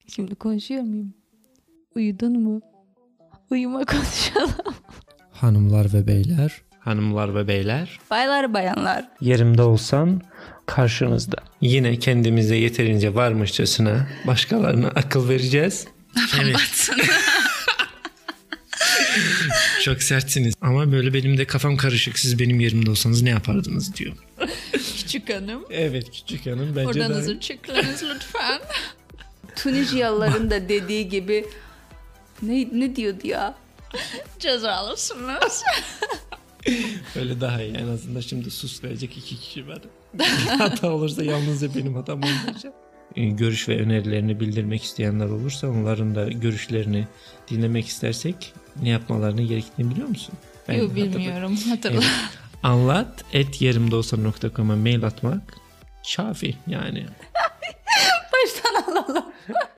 Şimdi konuşuyor muyum? Uyudun mu? Uyuma konuşalım. Hanımlar ve beyler. Hanımlar ve beyler. Baylar bayanlar. Yerimde olsan karşınızda. Yine kendimize yeterince varmışçasına başkalarına akıl vereceğiz. Evet. Çok sertsiniz. Ama böyle benim de kafam karışık. Siz benim yerimde olsanız ne yapardınız diyor. Küçük hanım. Evet küçük hanım. Bence Odanızı çıkınız lütfen. Tunusyalıların da dediği gibi ne diyordu ya? Cezalısınız. öyle daha iyi. En azından şimdi sus verecek 2 kişi var. Hata olursa yalnızca benim hatam olmayacak. Görüş ve önerilerini bildirmek isteyenler olursa onların da görüşlerini dinlemek istersek ne yapmalarını gerektiğini biliyor musun? Yok bilmiyorum. Hatırla. Evet. anlat@yerimdeolsan.com'a mail atmak şafi yani. Baştan alalım.